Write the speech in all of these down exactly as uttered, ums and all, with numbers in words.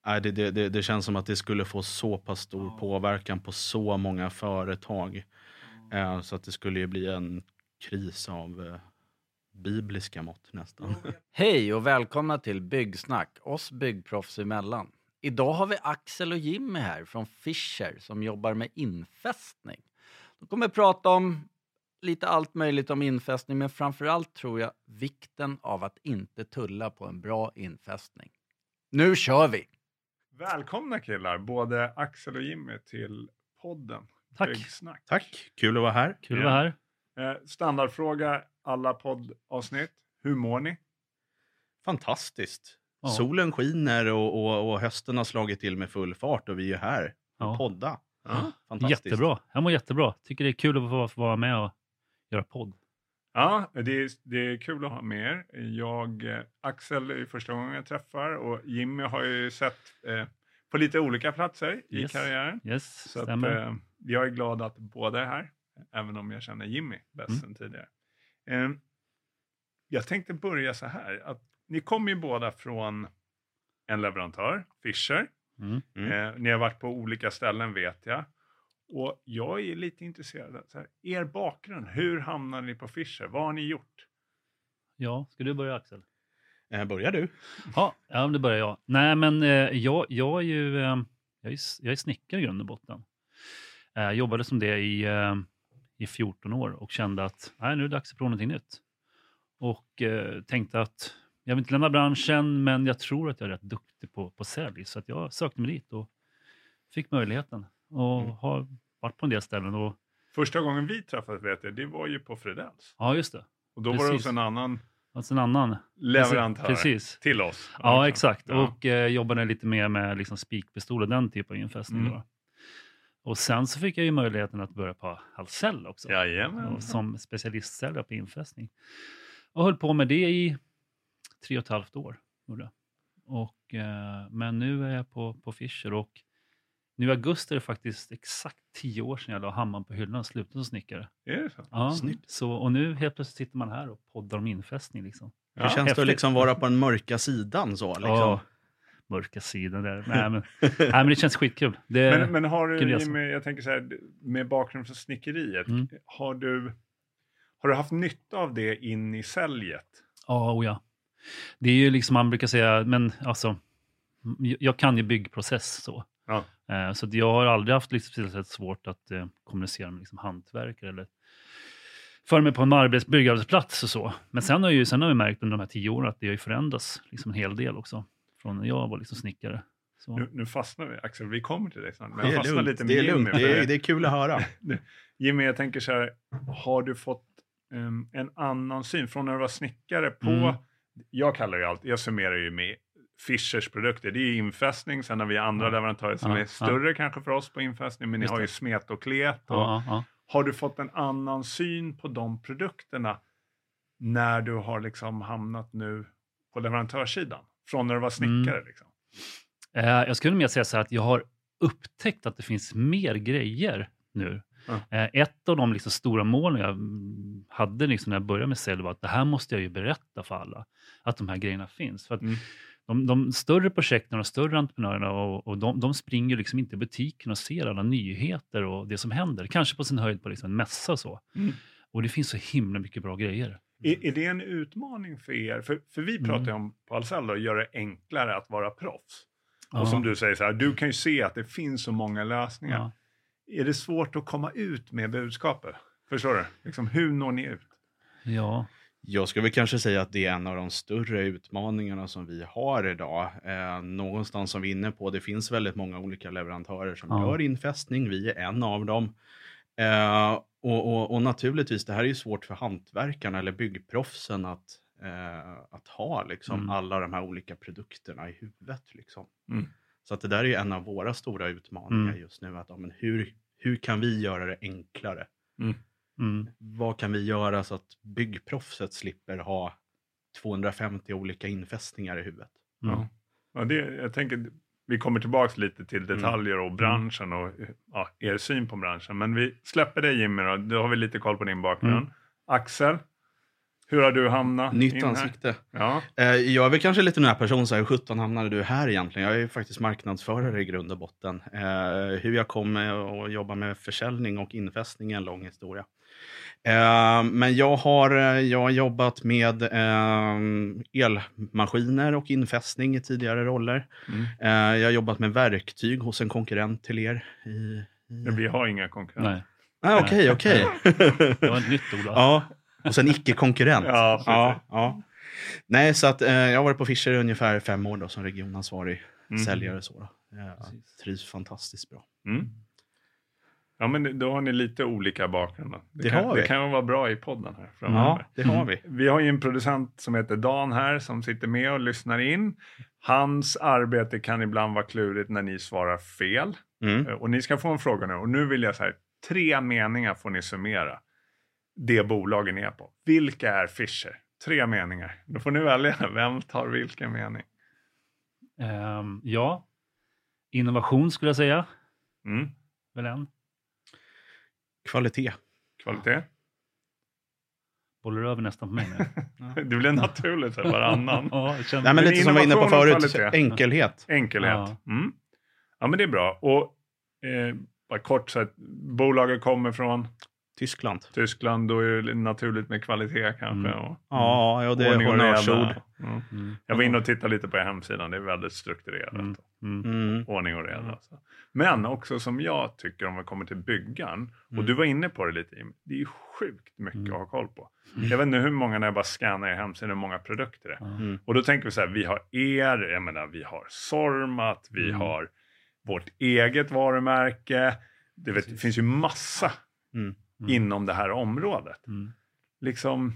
Nej, det, det, det, det känns som att det skulle få så pass stor Ja. påverkan på så många företag. Ja. Eh, så att det skulle ju bli en kris av eh, bibliska mått nästan. Hej och välkomna till Byggsnack, oss byggproffs emellan. Idag har vi Axel och Jimmy här från Fischer som jobbar med infästning. De kommer prata om lite allt möjligt om infästning, men framförallt tror jag vikten av att inte tulla på en bra infästning. Nu kör vi! Välkomna killar, både Axel och Jimmy till podden. Tack. Byggsnack. Tack, kul att vara här. Kul att vara här. Eh, standardfråga, alla poddavsnitt. Hur mår ni? Fantastiskt. Ja. Solen skiner och, och, och hösten har slagit till med full fart och vi är här och Ja. podda. Ja. Fantastiskt. Jättebra. Jag mår jättebra. Tycker det är kul att få, få vara med och göra podd. Ja, det är, det är kul att ha med er. Jag, eh, Axel är första gången jag träffar och Jimmy har ju sett eh, på lite olika platser i Yes. karriären. Yes, Så att, stämmer. eh, jag är glad att båda är här, även om jag känner Jimmy bäst Mm. än tidigare. Eh, jag tänkte börja så här, att ni kommer ju båda från en leverantör, Fischer. Mm. Mm. Eh, ni har varit på olika ställen vet jag. Och jag är lite intresserad av så här, er bakgrund. Hur hamnade ni på Fischer? Vad har ni gjort? Ja, ska du börja Axel? Eh, börjar du? Ja, ja det börjar jag. Nej, men eh, jag, jag är ju eh, jag är, jag är snickare i grund och botten. Eh, jag jobbade som det i, eh, i fjorton år och kände att nej, nu är det dags att prova någonting nytt. Och eh, tänkte att jag vill inte lämna branschen, men jag tror att jag är rätt duktig på, på sälj. Så att jag sökte mig dit och fick möjligheten. Och Mm. har varit på en del ställen. Och, Första gången vi träffades vet jag, det var ju på Fredells. ja, just det. Och då var det Precis. hos en annan Alltså en annan. leverantör Precis. till oss. Ja, exakt. Ja. Och eh, jobbade lite mer med liksom, spikpistol och den typen av infästning. Mm. Då. Och sen så fick jag ju möjligheten att börja på Ahlsell också. Jajamän. Och som specialistsäljare på infästning. Och höll på med det i tre och ett halvt år. gjorde jag. Och, eh, men nu är jag på, på Fischer och nu i augusti är det faktiskt exakt tio år sedan jag la hammaren på hyllan och slutade som snickare. Är det så? Ja, Snyggt. så, och nu helt plötsligt sitter man här och poddar om infästning. Liksom. Hur Ja, känns det häftigt. att liksom vara på den mörka sidan så? Liksom? Ja, mörka sidan där. Nej men, nej, men det känns skitkul. Det, Men, men har du, Kul resa. Jimmy, jag tänker så här, med bakgrund från snickeriet, Mm. har, du, har du haft nytta av det in i säljet? Ja, oh ja. Det är ju liksom man brukar säga, men alltså, jag kan ju byggprocess så. Ja. Eh, så att jag har aldrig haft liksom speciellt svårt att eh, kommunicera med liksom hantverkare eller för mig på en arbets- byggarbetsplats och så. Men sen har, ju, sen har vi märkt under de här tio åren att det har ju förändrats liksom en hel del också. Från när jag var liksom snickare. Så. Nu, nu fastnar vi, Axel, vi kommer till dig snart. Men Det jag är fastnar lugnt. lite med Det är, Jimmy. lugnt. för Det, är, det är kul att höra. Jimmy, jag tänker så här, har du fått um, en annan syn från när du var snickare på, Mm. jag kallar ju allt, jag summerar ju med Fischers produkter, det är ju infästning, sen har vi andra Ja. leverantörer som Ja, är större kanske för oss på infästning, men ni Just har ju det. smet och klet. Och, Ja, ja. har du fått en annan syn på de produkterna när du har liksom hamnat nu på leverantörssidan? Från när du var snickare Mm. liksom. Eh, jag skulle mer säga så här att jag har upptäckt att det finns mer grejer nu. Ja. Eh, ett av de liksom stora målen jag mm, hade liksom när jag började med sälj var att det här måste jag ju berätta för alla. Att de här grejerna finns. För att Mm. de, de större projekten och större entreprenörerna och, och de, de springer liksom inte i butiken och ser alla nyheter och det som händer. Kanske på sin höjd på liksom en mässa och så. Mm. Och det finns så himla mycket bra grejer. Är, är det en utmaning för er? För, för vi pratar ju Mm. om på Ahlsell att göra det enklare att vara proffs. Ja. Och som du säger så här, du kan ju se att det finns så många lösningar. Ja. Är det svårt att komma ut med budskapet? Förstår du? Liksom, hur når ni ut? Ja. Jag skulle väl kanske säga att det är en av de större utmaningarna som vi har idag. Eh, någonstans som vi är inne på, det finns väldigt många olika leverantörer som Ja. gör infästning. Vi är en av dem. Eh, och, och, och naturligtvis, det här är ju svårt för hantverkarna eller byggproffsen att, eh, att ha liksom, Mm. alla de här olika produkterna i huvudet. Liksom. Mm. Så att det där är ju en av våra stora utmaningar Mm. just nu. Att, ja, men hur, hur kan vi göra det enklare? Mm. Vad kan vi göra så att byggproffset slipper ha tvåhundrafemtio olika infästningar i huvudet? Mm. Ja. Ja, det, jag tänker, vi kommer tillbaka lite till detaljer och branschen och ja, er syn på branschen. Men vi släpper dig Jimmy då, då har vi lite koll på din bakgrund. Mm. Axel, Hur har du hamnat Nytt in här? ansikte. Ja. Eh, Jag är väl kanske lite den här personen, så här, hur sjutton hamnade du här egentligen? Jag är ju faktiskt marknadsförare i grund och botten. Eh, hur jag kom med att jobba med försäljning och infästning är en lång historia. Eh, men jag har, eh, jag har jobbat med eh, elmaskiner och infästning i tidigare roller. Mm. Eh, jag har jobbat med verktyg hos en konkurrent till er. I, i... Men vi har inga konkurrenter. Nej, Ah, okej, okej. det var ett nytt ord. Va? Ja, och sen icke-konkurrent. Ja, precis. ja, ja. Nej, så att eh, jag har varit på Fischer i ungefär fem år då, som regionansvarig Mm. säljare. Så då. Jag Precis. trivs fantastiskt bra. Mm. Ja, men då har ni lite olika bakgrunder. Det, Det kan, har vi. det kan ju vara bra i podden här framöver. Ja, det har vi. Vi har ju en producent som heter Dan här som sitter med och lyssnar in. Hans arbete kan ibland vara klurigt när ni svarar fel. Mm. Och ni ska få en fråga nu. Och nu vill jag säga tre meningar får ni summera det bolagen ni är på. Vilka är Fischer? Tre meningar. Då får ni välja vem tar vilken mening. Ehm, ja, innovation skulle jag säga. Mm. Väl en. Kvalitet. Kvalitet. Bollar över nästan på mig nu. Det blir naturligt här varannan. Ja, jag känner... Nej, men Men lite som vi var inne på innovation och förut. kvalitet. Enkelhet. Enkelhet. Ja. Mm. Ja, men det är bra. Och eh, bara kort så att bolaget kommer från Tyskland. Tyskland. Då är det naturligt med kvalitet kanske. Mm. Och Ja, ja, det är ordning och reda. honnörsord. Mm. Mm. Jag var inne och tittade lite på hemsidan. Det är väldigt strukturerat. Mm. Mm. Mm. Ordning och reda. Mm. Alltså. Men också som jag tycker om vi kommer till byggan. Och Mm. du var inne på det lite. Jim. Det är ju sjukt mycket Mm. att ha koll på. Mm. Jag vet inte hur många när jag bara scannar er hemsida. Hur många produkter det är. Ja. Mm. Och då tänker vi så här, vi har er, jag menar, vi har Sormat, vi Mm. har vårt eget varumärke. Det, vet, det finns ju massa Mm. Mm. inom det här området. Mm. Liksom,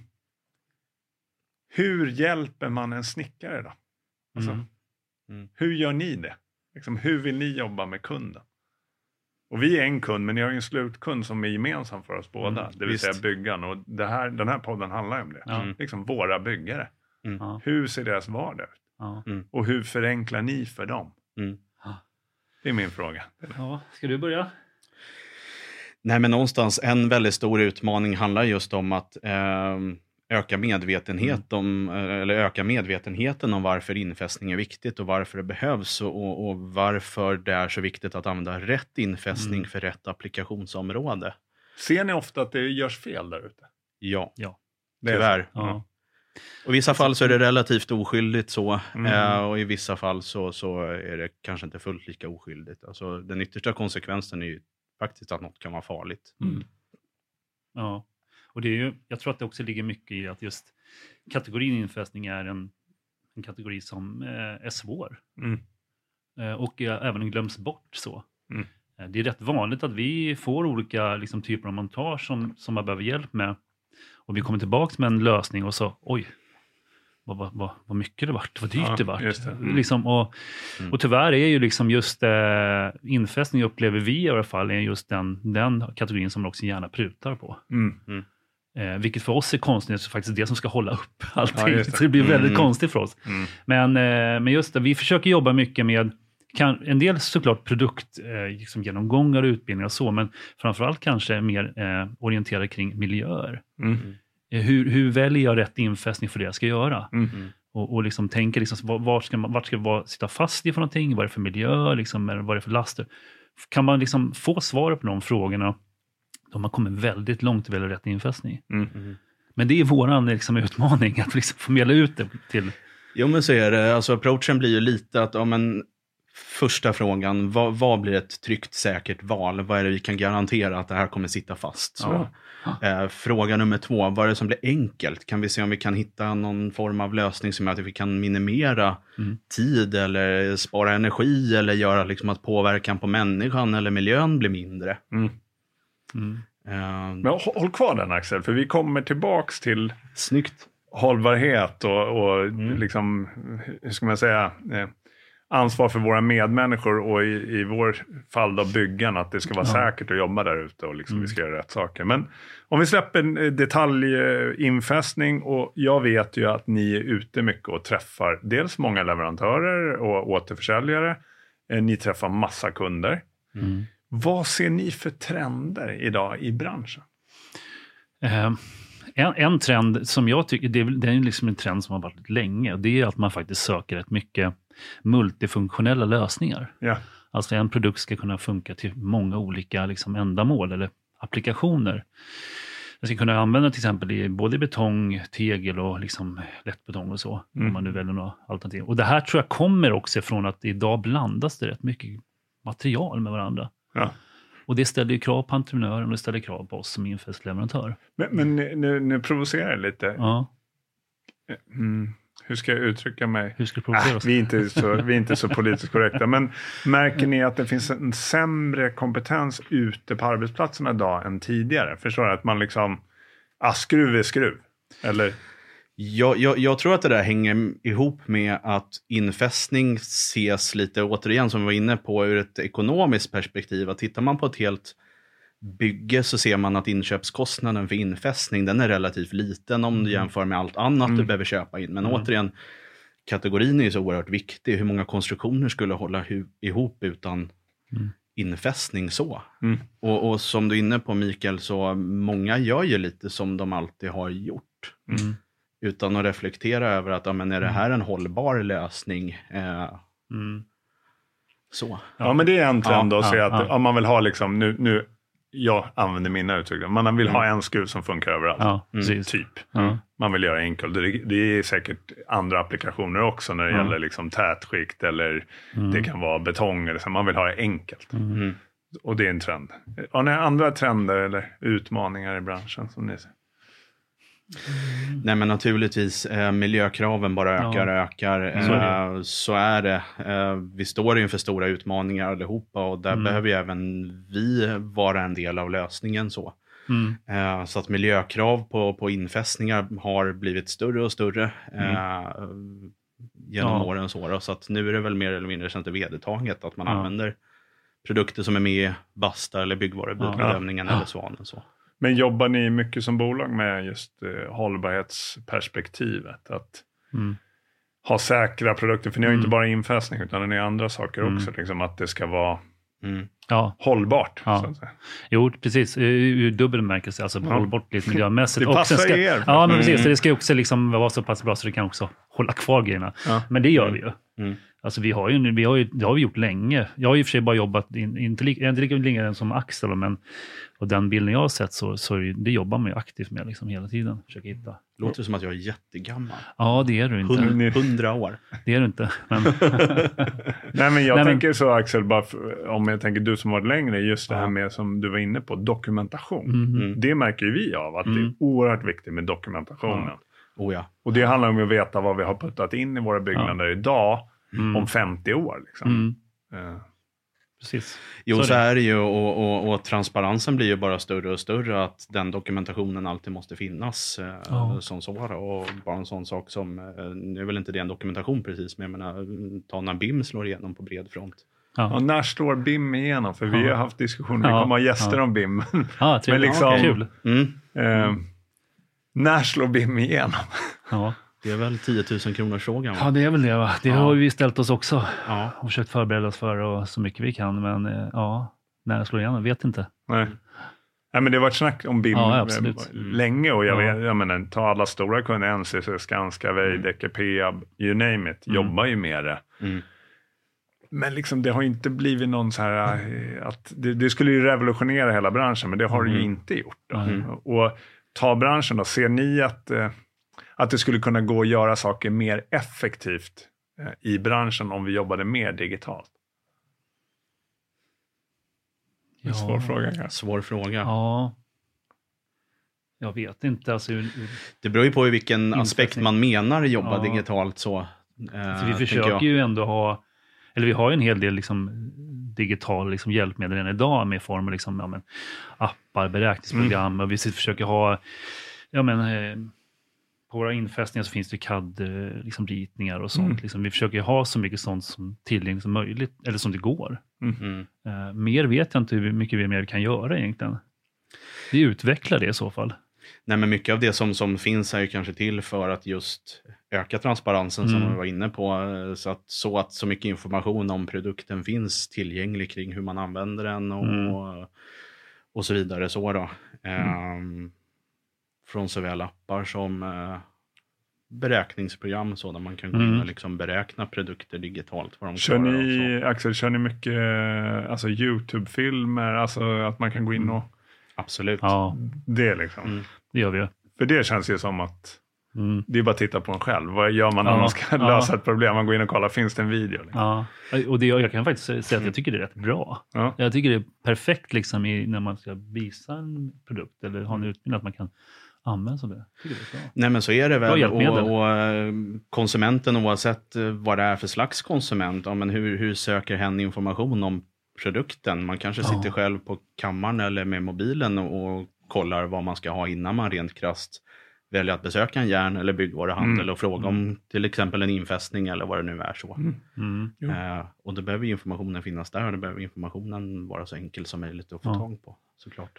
hur hjälper man en snickare då? Alltså, Mm. Mm. hur gör ni det? Liksom, hur vill ni jobba med kunden? Och vi är en kund, men ni har ju en slutkund som är gemensam för oss båda. Mm, det vill visst. säga byggan. Och det här, den här podden handlar ju om det. Ja. Mm. Liksom våra byggare. Ja. Hur ser deras vardag ut? Ja. Och hur förenklar ni för dem? Mm. Det är min fråga. Ja. Ska du börja? Nej, men någonstans en väldigt stor utmaning handlar just om att eh, öka medvetenhet om, eller öka medvetenheten om varför infästning är viktigt och varför det behövs och, och varför det är så viktigt att använda rätt infästning Mm. för rätt applikationsområde. Ser ni ofta att det görs fel där ute? Ja, Ja. Det är tyvärr. Ja. Och i vissa fall så är det relativt oskyldigt så. Mm. Eh, och i vissa fall så, så är det kanske inte fullt lika oskyldigt. Alltså, den yttersta konsekvensen är ju faktiskt att något kan vara farligt. Mm. Ja. Och det är ju, jag tror att det också ligger mycket i att just kategorin infästning är en, en kategori som eh, är svår. Mm. Eh, och eh, även glöms bort så. Mm. Eh, det är rätt vanligt att vi får olika liksom, typer av montage som, som man behöver hjälp med. Och vi kommer tillbaka med en lösning och så, oj, vad, vad, vad, vad mycket det vart, vad dyrt Ja, det vart. just det. Mm. Liksom, och, Mm. och tyvärr är ju liksom just eh, infästning upplever vi i alla fall är just den, den kategorin som man också gärna prutar på. Mm. Eh, vilket för oss är konstigt, så faktiskt det som ska hålla upp allting. Ja, just det. Så det blir väldigt Mm. konstigt för oss. Mm. Men, eh, men just det, vi försöker jobba mycket med kan, en del såklart produkt, eh, liksom genomgångar och utbildningar och så, men framförallt kanske mer eh, orienterade kring miljöer. Mm. Eh, hur, hur väljer jag rätt infästning för det jag ska göra? Mm. Och, och liksom tänker, liksom, var- vart ska man vart ska jag sitta fast i för någonting? Vad är det för miljö? Liksom, eller vad är det för laster? Kan man liksom få svar på de frågorna då man kommer väldigt långt till rätt infästning? Mm. Mm. Men det är våran liksom, utmaning att liksom förmedla ut det till... Jo, men så är det. Alltså, approachen blir ju lite att, ja, men, första frågan, vad, vad blir ett tryggt, säkert val? Vad är det vi kan garantera att det här kommer sitta fast? Så, eh, fråga nummer två, vad är det som blir enkelt? Kan vi se om vi kan hitta någon form av lösning som gör att vi kan minimera Mm. tid eller spara energi eller göra liksom att påverkan på människan eller miljön blir mindre? Mm. Mm. Eh, Men hå- håll kvar den, Axel, för vi kommer tillbaks till snyggt. hållbarhet och, och Mm. liksom, hur ska man säga, eh, ansvar för våra medmänniskor och i, i vår fall då byggarna, att det ska vara Ja. säkert att jobba där ute och liksom Mm. vi ska göra rätt saker. Men om vi släpper en detaljinfästning, och jag vet ju att ni är ute mycket och träffar dels många leverantörer och återförsäljare. Eh, Ni träffar massa kunder. Mm. Vad ser ni för trender idag i branschen? Eh, En, en trend som jag tycker, det är, det är liksom en trend som har varit länge, och det är att man faktiskt söker rätt mycket multifunktionella lösningar. Ja. Alltså en produkt ska kunna funka till många olika liksom, ändamål eller applikationer. Jag ska kunna använda till exempel i både betong, tegel och liksom lättbetong och så. Mm. Om man nu väljer några alternativ. Och det här tror jag kommer också från att idag blandas det rätt mycket material med varandra. Ja. Och det ställer ju krav på entreprenören och det ställer krav på oss som infästleverantör. Men, men nu, nu provocerar jag lite. Ja. Mm. Hur ska jag uttrycka mig? Hur ska du provocera Äh, oss? vi, är inte så, vi är inte så politiskt korrekta. Men märker ni att det finns en sämre kompetens ute på arbetsplatserna idag än tidigare? Förstår du? Att man liksom, ah, skruv är skruv. Eller? Jag, jag, jag tror att det där hänger ihop med att infästning ses lite, återigen som vi var inne på, ur ett ekonomiskt perspektiv. Att tittar man på ett helt bygge så ser man att inköpskostnaden för infästning, den är relativt liten om du jämför med allt annat Mm. du behöver köpa in. Men Mm. återigen, kategorin är ju så oerhört viktig. Hur många konstruktioner skulle hålla hu- ihop utan Mm. infästning så? Mm. Och, och som du är inne på, Mikael, så många gör ju lite som de alltid har gjort. Mm. Utan att reflektera över att ja, men är det här en hållbar lösning? Eh, Mm. så. Ja, men det är en trend Ja, att se ja, att ja. om man vill ha liksom, nu, nu jag använder mina uttryck, man vill ha Mm. en skruv som funkar överallt. Ja, Mm. precis. Typ. Ja. Man vill göra enkelt. Det, det är säkert andra applikationer också när det Ja. gäller liksom tätskikt eller Mm. det kan vara betong eller så. Man vill ha det enkelt. Mm. Mm. Och det är en trend. Har ni andra trender eller utmaningar i branschen som ni ser? Nej, men naturligtvis eh, miljökraven bara ökar och Ja. ökar. Så är det. Eh, så är det. Eh, vi står inför stora utmaningar allihopa och där Mm. behöver ju även vi vara en del av lösningen. Så, Mm. eh, så att miljökrav på, på infästningar har blivit större och större eh, genom Ja. åren. Så, då. Så att nu är det väl mer eller mindre känt vedertaget att man Ja. använder produkter som är med i Basta eller byggvarubedömningen Ja. eller Svanen. Så. Men jobbar ni mycket som bolag med just eh, hållbarhetsperspektivet? Att Mm. ha säkra produkter, för ni har ju Mm. inte bara infästning utan ni har andra saker Mm. också. Liksom att det ska vara Mm. Ja, hållbart. Ja. Så att säga. jo precis. Ur dubbel bemärkelse, alltså Ja. hållbart lite miljömässigt. Det Och passar sen ska, er. Ja, men Mm. precis. Så det ska ju också liksom vara så pass bra så det kan också hålla kvar grejerna. Ja. Men det gör vi ju. Mm. Alltså vi har ju, vi har ju, det har vi gjort länge. Jag har i och för sig bara jobbat, in, inte, lika, inte lika länge som Axel, men och den bilden jag har sett så, så är det, det jobbar man ju aktivt med liksom hela tiden. Försöka hitta. Låter det som att jag är jättegammal. Ja, det är du inte. Hund, hundra år. Det är du inte. Men, Nej, men jag Nej, men- tänker så Axel, bara för, om jag tänker du som varit längre, just det här Ja. med som du var inne på, dokumentation. mm, Mm. Det märker ju vi av, att det är Mm. oerhört viktigt med dokumentationen. Ja. Oh ja. Och det handlar om att veta vad vi har puttat in i våra byggnader idag mm, om femtio år. Liksom. mm, Eh, precis. Jo, Så så, är det. är det ju och, och, och transparensen blir ju bara större och större att den dokumentationen alltid måste finnas eh, Ja. som så. Och bara en sån sak som, eh, nu är väl inte det en dokumentation precis, men jag menar, ta när B I M slår igenom på bred front. ja, Ja, när slår B I M igenom? För vi Ja. har haft diskussioner, vi Ja. kommer ha gäster Ja. om B I M. ja trevligt. Men liksom- Kul. Mm. eh, när slår B I M igenom? Ja. Det är väl tio tusen kronors frågan. ja, det är väl det. Va? Det Ja. har vi ställt oss också Ja. och försökt förbereda oss för och så mycket vi kan. Men eh, ja, när det slår igenom, vet inte. Nej. Nej, men det har varit snack om B I M Ja, eh, absolut. länge och jag, Ja. vet, jag menar, ta alla stora kunder, N C C, Skanska, Veidekke, Peab, you name it, Mm. jobbar ju med det. Mm. Men liksom, det har inte blivit någon så här, eh, att det, det skulle ju revolutionera hela branschen, men det har det ju Mm. inte gjort. Då. Mm. Och ta branschen då, ser ni att, eh, att det skulle kunna gå att göra saker mer effektivt eh, i branschen om vi jobbade mer digitalt? En Ja. svår fråga kanske. Svår fråga. Ja. Jag vet inte. Alltså, hur- hur- Det beror ju på i vilken Infästning. aspekt man menar jobba Ja. digitalt så. Eh, För vi tänker försöker jag. ju ändå ha, eller vi har ju en hel del liksom, digital liksom, hjälpmedel redan idag med form av liksom, ja, men, appar, beräkningsprogram och vi försöker ha, ja men, eh, på våra infästningar så finns det C A D-ritningar liksom, ritningar och sånt. Mm. Liksom, vi försöker ha så mycket sånt som tillgängligt som möjligt, eller som det går. Mm. Eh, mer vet jag inte hur mycket vi mer vi kan göra egentligen. Vi utvecklar det i så fall. Nej, men mycket av det som, som finns är ju kanske till för att just öka transparensen som Mm. vi var inne på. eh, Så att, så att så mycket information om produkten finns tillgänglig kring hur man använder den och, Mm. och, och så vidare. Så då. Ehm, från såväl appar som eh, beräkningsprogram så där man kan gå in Mm. och liksom beräkna produkter digitalt. Vad de Kör klarar och ni, så. Axel, kör ni mycket eh, alltså YouTube-filmer? Alltså att man kan gå in och... Absolut. Ja, Det liksom. Mm. det gör vi ju. För det känns ju som att Mm. det är bara att titta på en själv. Vad gör man när Ja, man ska ja. lösa ett problem? Man går in och kollar, finns det en video? Liksom? Ja, och det, jag kan faktiskt säga att jag tycker det är rätt bra. Ja. Jag tycker det är perfekt liksom i, när man ska visa en produkt eller ha en utbildning att man kan använda sig av det. Jag tycker det är bra. Nej men så är det Bra väl. hjälpmedel. Och, och eh, konsumenten oavsett eh, vad det är för slags konsument. Ja, men hur, hur söker hen information om produkten? Man kanske Ja. sitter själv på kammaren eller med mobilen och, och kollar vad man ska ha innan man rent krasst väljer att besöka en järn- eller byggvaruhandel Mm. och fråga om till exempel en infästning eller vad det nu är så. Mm. Mm. Jo. Eh, och då behöver informationen finnas där och då behöver informationen vara så enkel som möjligt att få Ja. tag på, såklart.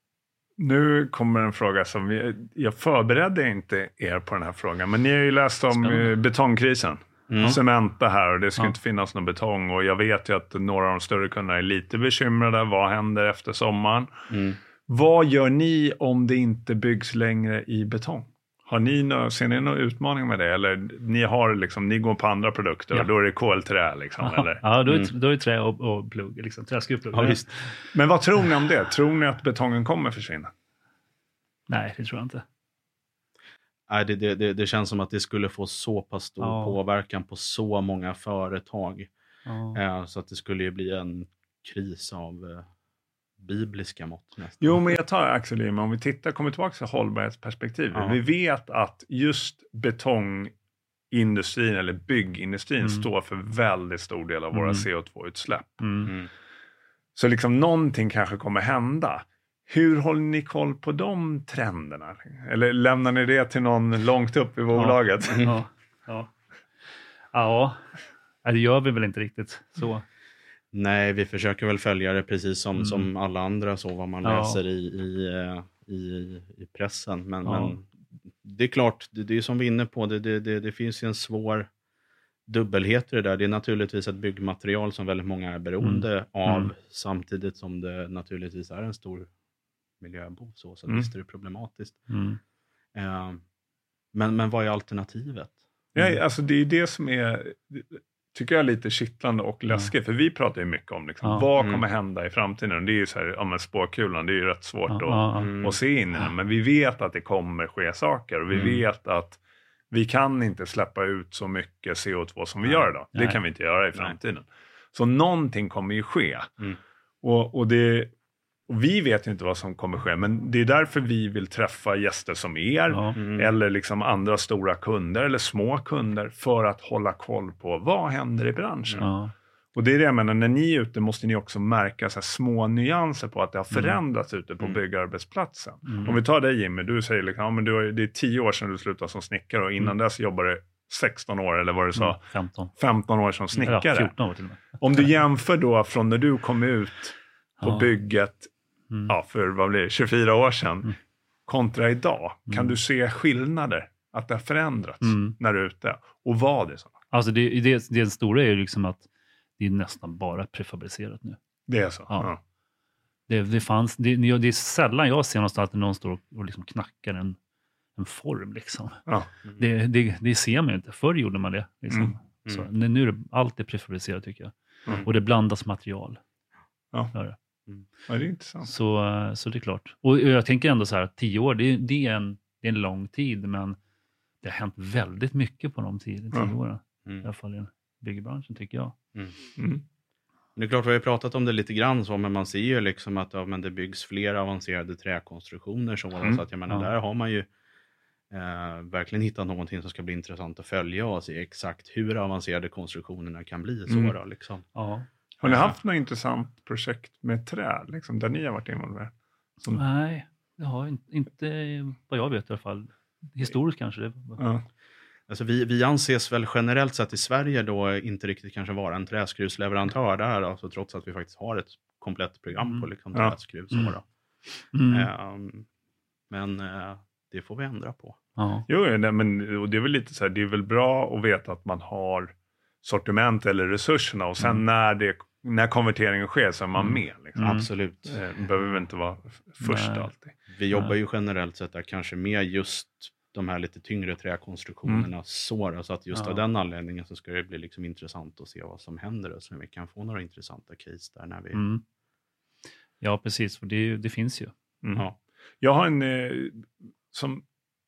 Nu kommer en fråga som vi, jag förberedde inte er på den här frågan, men ni har ju läst om Spännande. eh, betongkrisen. Mm. Cementa här och det ska Ja. inte finnas någon betong och jag vet ju att några av de större kunderna är lite bekymrade. Vad händer efter sommaren? Mm. Vad gör ni om det inte byggs längre i betong? Har ni nå, ser ni någon utmaning med det? Eller ni, har liksom, ni går på andra produkter Ja. och då är det kolträ liksom? Eller? Ja, då är, Mm. då är det trä och, och plugg, liksom, träskruvplugg. Ja, visst. Men vad tror ni om det? Tror ni att betongen kommer försvinna? Nej, det tror jag inte. Nej, det, det, det, det känns som att det skulle få så pass stor Ja. påverkan på så många företag. Ja. Eh, så att det skulle ju bli en kris av eh, bibliska mått nästan. Jo, men jag tar Axel Lim, om vi tittar, kommer tillbaka till hållbarhetsperspektivet. Ja. Vi vet att just betongindustrin eller byggindustrin Mm. står för väldigt stor del av våra Mm. C O två-utsläpp. Mm. Mm. Så liksom någonting kanske kommer hända. Hur håller ni koll på de trenderna? Eller lämnar ni det till någon långt upp i bolaget? Ja. Ja. Ja. Ja, det gör vi väl inte riktigt så. Nej, vi försöker väl följa det precis som, Mm. som alla andra, så vad man Ja. läser i, i, eh, i, i pressen. Men, Ja. men det är klart, det, det är som vi är inne på, det, det, det, det finns ju en svår dubbelhet i det där. Det är naturligtvis ett byggmaterial som väldigt många är beroende av, Mm. samtidigt som det naturligtvis är en stor miljöbov. Så, så Mm. visst är det problematiskt. Mm. Eh, men, men vad är alternativet? Ja, alltså det är det som är, tycker jag, lite kittlande och läskigt. För vi pratar ju mycket om liksom, Ja. vad Mm. kommer hända i framtiden. Och det är ju så här, ja men spåkulan, det är ju rätt svårt Ja, att, ja, ja. Mm. att se in i den. Men vi vet att det kommer ske saker. Och vi Mm. vet att vi kan inte släppa ut så mycket C O två som vi Nej. gör idag. Det Nej. kan vi inte göra i framtiden. Så någonting kommer ju ske. Mm. Och, och, det, och vi vet ju inte vad som kommer ske. Men det är därför vi vill träffa gäster som er. Ja. Mm. Eller liksom andra stora kunder eller små kunder för att hålla koll på vad händer i branschen. Ja. Och det är det jag menar, när ni är ute måste ni också märka så här små nyanser på att det har förändrats ute på Mm. byggarbetsplatsen. Mm. Om vi tar dig Jimmy, du säger liksom, ja, men du har, det är tio år sedan du slutade som snickare och innan Mm. dess jobbade du sexton år eller vad du sa, Mm. femton. femton år som snickare. Ja, fjorton år till och med. Om du jämför då från när du kom ut på Ja. bygget Mm. ja, för vad blir det, tjugofyra år sedan Mm. kontra idag, kan Mm. du se skillnader? Att det har förändrats Mm. när du är ute? Och vad det är så? Alltså det, det, det stora är ju liksom att det är nästan bara prefabricerat nu. Det är så? Ja. Ja. Det, det, fanns, det, det är sällan jag ser någonstans att någon står och, och liksom knackar en, en form. Liksom. Ja. Det, det, det ser man ju inte. Förr gjorde man det. Liksom. Mm. Så, Mm. nu nu är det, allt är prefabricerat tycker jag. Mm. Och det blandas material. Ja. Gör det. Ja, det är intressant. Så, eh, så det är klart. Och jag tänker ändå så här, tio år, det, det, är en, det är en lång tid, men det har hänt väldigt mycket på de tio, tio Ja. åren. I Mm. alla fall i byggbranschen tycker jag. Mm. Det är klart, vi har ju pratat om det lite grann så, men man ser ju liksom att ja, men det byggs fler avancerade träkonstruktioner så, Mm. så att jag menar, Ja. där har man ju eh, verkligen hittat någonting som ska bli intressant att följa och se exakt hur avancerade konstruktionerna kan bli. Så Mm. då, liksom. Ja. Har ni Ja. haft något intressant projekt med trä, liksom, där ni har varit involverade? Som, Nej, det har inte, inte vad jag vet i alla fall. Historiskt kanske. Det, ja. Alltså vi, vi anses väl generellt sett i Sverige då inte riktigt kanske vara en träskruvsleverantör där, alltså trots att vi faktiskt har ett komplett program Mm. på liksom Ja. träskruv. Så Mm. då. mm. Ehm, men eh, det får vi ändra på. Ja. Jo, nej, men och det är väl lite så här, det är väl bra att veta att man har sortiment eller resurserna och sen Mm. när det när konverteringen sker så är man Mm. med. Liksom. Mm. Absolut. Det behöver inte vara f- först Nej. alltid. Vi jobbar ju generellt sett där kanske med just de här lite tyngre träkonstruktionerna. Mm. Så, så att just Ja. av den anledningen så ska det bli liksom intressant att se vad som händer och så vi kan få några intressanta case där när vi... Mm. Ja, precis. För det, är ju- det finns ju. Mm. Ja. Jag har en eh, som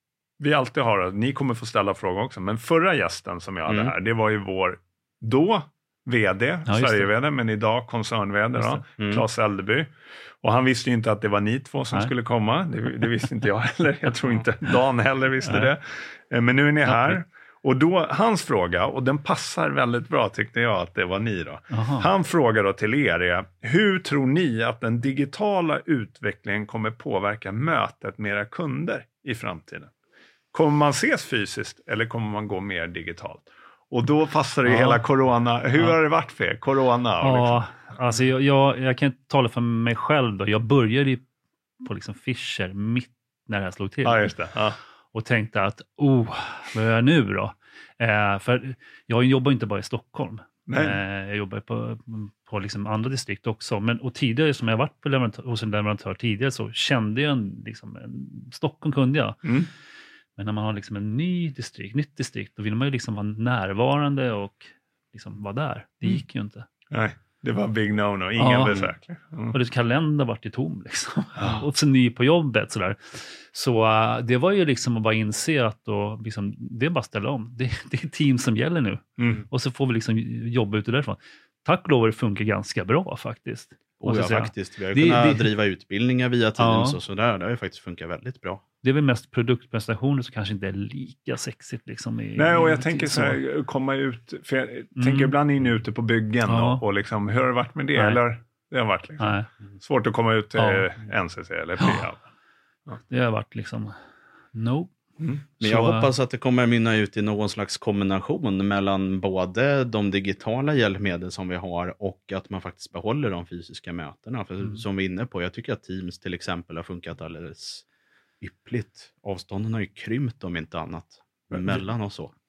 vi alltid har, ni kommer få ställa frågor också, men förra gästen som jag hade Mm. här, det var ju vår då vd, Ja, just det. Sverige-vd, men idag koncern-vd Just då, Mm. Claes Eldeby. Och han visste ju inte att det var ni två som Nej. skulle komma, det, det visste inte jag heller, jag tror inte Dan heller visste Nej. det. Eh, Men nu är ni här. Tack. Och då, hans fråga, och den passar väldigt bra tyckte jag att det var ni då. Aha. Han frågar då till er är, hur tror ni att den digitala utvecklingen kommer påverka mötet med era kunder i framtiden? Kommer man ses fysiskt eller kommer man gå mer digitalt? Och då passar det ju Ja. hela corona. Hur Ja. har det varit för er? Corona? Och Ja, alltså jag, jag, jag kan inte tala för mig själv då. Jag började ju på liksom Fischer mitt när det här slog till. liksom. Ja, just det. Ja. Och tänkte att, oh, vad gör jag nu då? Eh, för jag jobbar inte bara i Stockholm. Nej. Eh, jag jobbar på, på liksom andra distrikt också. Men, och tidigare, som jag varit på leverantör, hos en leverantör tidigare, så kände jag en, liksom, en Stockholm kunde jag. Mm. Men när man har liksom en ny distrikt, nytt distrikt, då vill man ju liksom vara närvarande och liksom vara där. Det Mm. gick ju inte. Nej, det var big no-no. Ingen Ja. besök. Mm. Och det kalender vart ju tom liksom. Ja. Och så ny på jobbet sådär. Så uh, det var ju liksom att bara inse att då, liksom, det är bara att ställa om. Det, det är team som gäller nu. Mm. Och så får vi liksom jobba ute därifrån. Tack och lov det funkar ganska bra faktiskt. Och måste ja, jag säga. faktiskt. Vi har Det- kunnat det- driva utbildningar via Teams Ja. och sådär. Det har ju faktiskt funkat väldigt bra. Det är väl mest produktpresentationer som kanske inte är lika sexigt liksom. I, Nej, och i- jag tänker så här, komma ut, för jag Mm. tänker ibland in ute på byggen Ja. och, och liksom, hur har det varit med det? Nej. Eller, det har varit liksom, Nej, svårt att komma ut till Ja. N C C eller P A. det har varit liksom, no. Mm. Men Så, jag hoppas att det kommer mynna ut i någon slags kombination mellan både de digitala hjälpmedel som vi har och att man faktiskt behåller de fysiska mötena. För Mm. som vi är inne på, jag tycker att Teams till exempel har funkat alldeles yppligt. Avstånden har ju krympt om inte annat. Men- Mellan och så.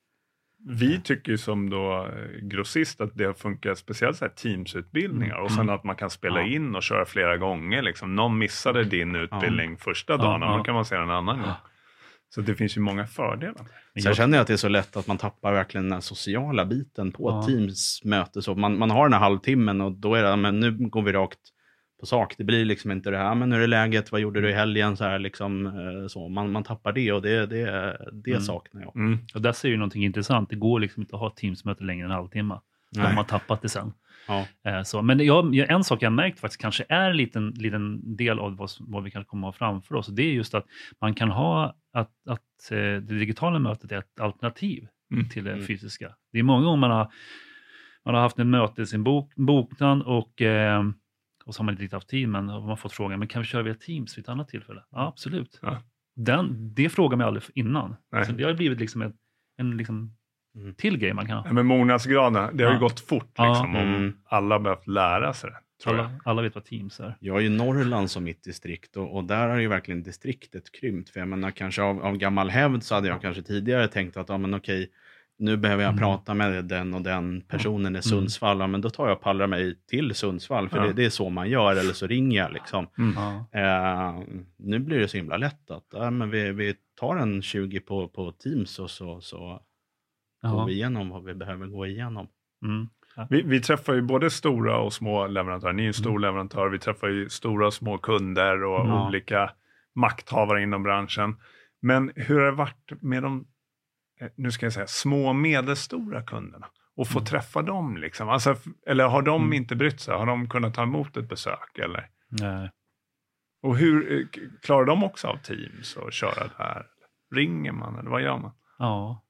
Vi tycker ju som då eh, grossist att det har funkat speciellt så här Teams-utbildningar och sen Mm. att man kan spela Ja. in och köra flera gånger. Liksom. Någon missade din utbildning första dagen, Ja, ja. då kan man se den en annan gång. Ja. Så det finns ju många fördelar. Men Sen jag- känner jag att det är så lätt att man tappar verkligen den här sociala biten på Ja. ett Teams-möte. Så man, man har den här halvtimmen och då är det, men nu går vi rakt på sak. Det blir liksom inte det här, men hur är läget, vad gjorde du i helgen? Så här, liksom, eh, så. Man, man tappar det och det, det, det Mm. saknar jag. Mm. Och där ser ju någonting intressant. Det går liksom inte att ha ett Teams-möte längre än en halvtimme. De Nej. har tappat det sen. Ja. Eh, Så, men jag, jag- en sak jag märkt faktiskt kanske är en liten, liten del av vad, som- vad vi kan komma ha framför oss. Och det är just att man kan ha att, att eh, det digitala mötet är ett alternativ Mm. till det Mm. fysiska. Det är många gånger man har, man har haft en möte i sin bok, bokplan och, eh, och så har man inte riktigt haft tid, men har man fått frågan, men kan vi köra via Teams vid ett annat tillfälle? Ja, absolut. Ja. Den, det frågar man aldrig innan. Nej. Så det har blivit liksom en, en liksom Mm. till grej man kan ha. Ja, men mognadsgraden, det har ju Ja. gått fort Ja. liksom, om Mm. alla har behövt lära sig det. Tror jag. Alla, alla vet vad Teams är. Jag är ju Norrland som mitt distrikt och, och där har ju verkligen distriktet krympt. För jag menar kanske av, av gammal hävd så hade jag kanske tidigare tänkt att ja, men okej, nu behöver jag Mm. prata med den och den personen i Sundsvall. Ja, men då tar jag och pallrar mig till Sundsvall för Ja. det, det är så man gör, eller så ringer jag liksom. Mm. Ja. Eh, nu blir det så himla lätt att ja, men vi, vi tar en tjugo på, på Teams och så, så går Ja. vi igenom vad vi behöver gå igenom. Mm. Ja. Vi, vi träffar ju både stora och små leverantörer. Ni är ju en stor Mm. leverantör. Vi träffar ju stora och små kunder och Mm. olika makthavare inom branschen. Men hur har det varit med de, eh, nu ska jag säga, små och medelstora kunderna? Och få Mm. träffa dem liksom? Alltså, f- eller har de Mm. inte brytt sig? Har de kunnat ta emot ett besök? Eller? Nej. Och hur eh, k- klarar de också av Teams och köra där? Ringer man eller vad gör man? Ja.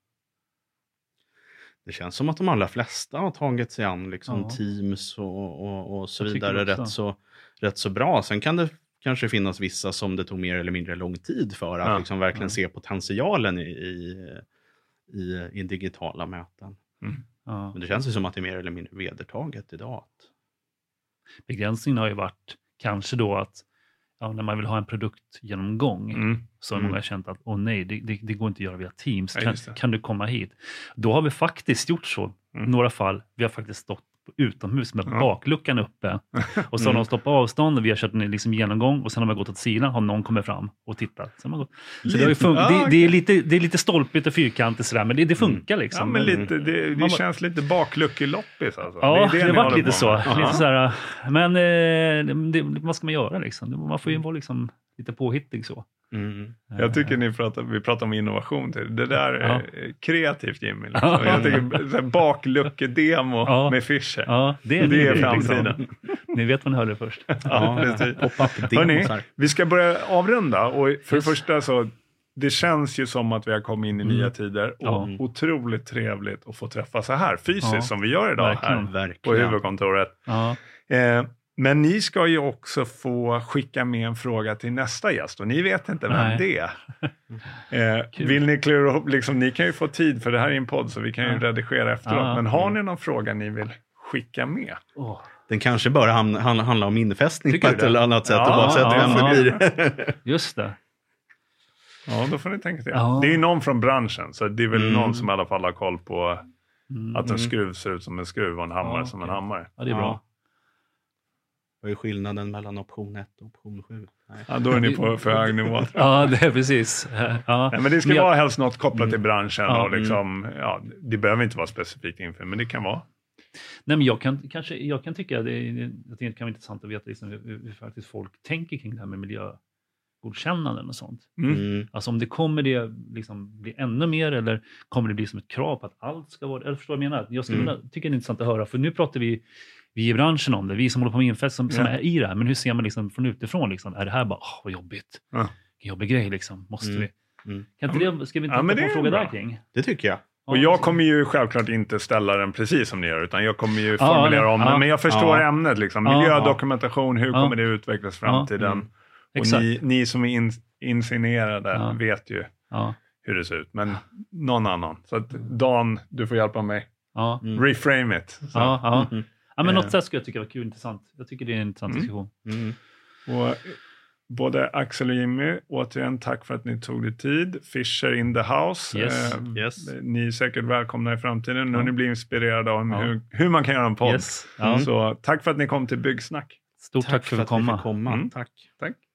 Det känns som att de allra flesta har tagit sig an liksom, Ja. Teams och, och, och så Jag tycker vidare också. rätt så, rätt så bra. Sen kan det kanske finnas vissa som det tog mer eller mindre lång tid för att Ja. liksom, verkligen Ja. se potentialen i, i, i, i digitala möten. Ja. Men det känns ju som att det är mer eller mindre vedertaget idag. Att, Begränsningen har ju varit kanske då att ja, när man vill ha en produktgenomgång Mm. så har Mm. många känt att åh nej, det, det, det går inte att göra via Teams. Ja, Kan, just det. kan du komma hit? Då har vi faktiskt gjort så. Mm. Några fall, vi har faktiskt stått utomhus med Ja. bakluckan uppe. Och så har Mm. de stått på avstånd och vi har kört en liksom genomgång och sen har man gått åt sidan, har någon kommit fram och tittat. Så, har man gått. Så det, har ju fun- Ja, det, det, är lite, det är lite stolpigt och fyrkantigt sådär, men det, det funkar Ja, liksom. men lite, det, det Man- känns lite bakluckeloppis alltså. Ja, det, är det det ni var håller lite på så. med. Ja. Lite så här, men eh, det, det, vad ska man göra liksom? Man får ju vara liksom lite påhittig så. Mm. Jag tycker ni pratar, vi pratar om innovation till. Det där är Ja. kreativt, Jimmy. Liksom. Ja. Jag tycker så här bakluckedemo Ja. med Fischer. Ja, det är, Det är det, framtiden. liksom. Ni vet vad ni hörde först. Ja, precis. Pop-up Hörrni, demos här. vi ska börja avrunda. Och för det Yes. första så, det känns ju som att vi har kommit in i Mm. nya tider. Och Ja. otroligt trevligt att få träffa så här fysiskt Ja, som vi gör idag verkligen. här på Verkligen. huvudkontoret. Ja. Eh, men ni ska ju också få skicka med en fråga till nästa gäst och ni vet inte vem Nej. det är. Eh, Kul. vill ni klura ihop, liksom, ni kan ju få tid för det här är en podd så vi kan ju Ja. redigera efteråt. Ja. Men har ni någon fråga ni vill skicka med? Åh. Den kanske bara ham- han- handlar om infästning Tycker på du ett det? eller annat sätt, Ja, oavsett ja, vem ja. det blir. Just det. Ja, då får ni tänka till. Ja. Det är ju någon från branschen så det är väl Mm. någon som i alla fall har koll på Mm. att en Mm. skruv ser ut som en skruv och en hammare Ja, som en okej. hammare. Ja, det är bra. Vad är skillnaden mellan option ett och option sju? Nej. Ja, då är ni på för hög nivå. Ja, det är precis. Ja. Nej, men det ska Men jag- vara helst något kopplat till branschen Ja, och liksom, ja, det behöver inte vara specifikt inför, men det kan vara. Nej, men jag kan, kanske, jag kan tycka att det, är- att det kan vara intressant att veta liksom hur, hur faktiskt folk tänker kring det här med miljögodkännanden och sånt. Mm. Mm. Alltså om det kommer det liksom bli ännu mer eller kommer det bli som ett krav på att allt ska vara... Eller förstår du vad jag menar? Jag skulle Mm. vilja- tycker det är intressant att höra, för nu pratar vi vi i branschen om det, vi som håller på med infest som, som Ja. är i det här, men hur ser man liksom från utifrån? Liksom? Är det här bara, åh vad jobbigt, Ja. vilken jobbig grej liksom, måste Mm. vi? Mm. Kan inte det, ska vi inte Ja, men titta det på är en fråga bra. där kring? Det tycker jag. Och Ja, jag precis. kommer ju självklart inte ställa den precis som ni gör, utan jag kommer ju Ja, formulera ja, om den. ja. Men jag förstår Ja. ämnet, liksom. Ja, Miljödokumentation, hur Ja. kommer det utvecklas i framtiden? Mm. Och Exakt. ni, ni som är in, insignerade Ja. vet ju Ja, hur det ser ut, men någon annan. Så att Dan, du får hjälpa mig. ja, Mm. Reframe it. Så. ja, ja. Mm. ja men Eh. något sätt skulle jag tycka var kul, intressant. Jag tycker det är en intressant Mm. diskussion. Mm. Och både Axel och Jimmy, återigen tack för att ni tog er tid. Fischer in the house. Yes. Eh, Yes. Ni är säkert välkomna i framtiden. Nu har Ja. ni blivit inspirerade av Ja. hur, hur man kan göra en podd. Yes. Ja. Så tack för att ni kom till Byggsnack. Stort tack, för att du att vi komma. fick komma. Mm. Tack. Tack.